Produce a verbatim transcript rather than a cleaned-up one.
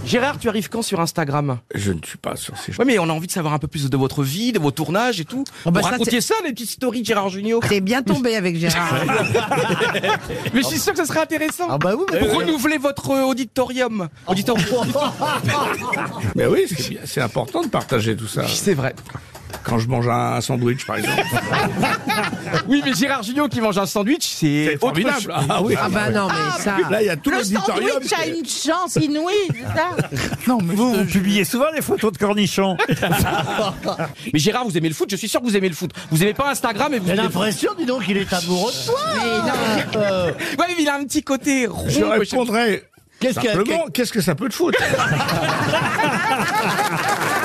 Gérard, tu arrives quand sur Instagram? Je ne suis pas sur ces choses. Ouais, mais on a envie de savoir un peu plus de votre vie, de vos tournages et tout. Oh bah Vous ça, racontiez ça, les petites stories de Gérard Jugnot. T'es bien tombé avec Gérard. Mais je suis sûr que ce serait intéressant. Ah bah oui, mais- Pour renouveler votre euh, auditorium. Auditorium. Mais oui, c'est bien, c'est important de partager tout ça. C'est vrai. Quand je mange un sandwich, par exemple. Oui, mais Gérard Jugnot qui mange un sandwich, c'est C'est formidable. autre chose. Ah oui. Ah bah non, mais ça... Là, il y a tout Le l'auditorium. sandwich a une chance inouïe, c'est ça? Non, mais vous, vous publiez souvent les photos de cornichons. Mais Gérard, vous aimez le foot, je suis sûr que vous aimez le foot. Vous aimez pas Instagram et vous... J'ai l'impression, dis donc, qu'il est amoureux de toi. Ouais, mais il a un petit côté rond. Je répondrais Qu'est-ce que- simplement, qu'est-ce que ça peut te foutre?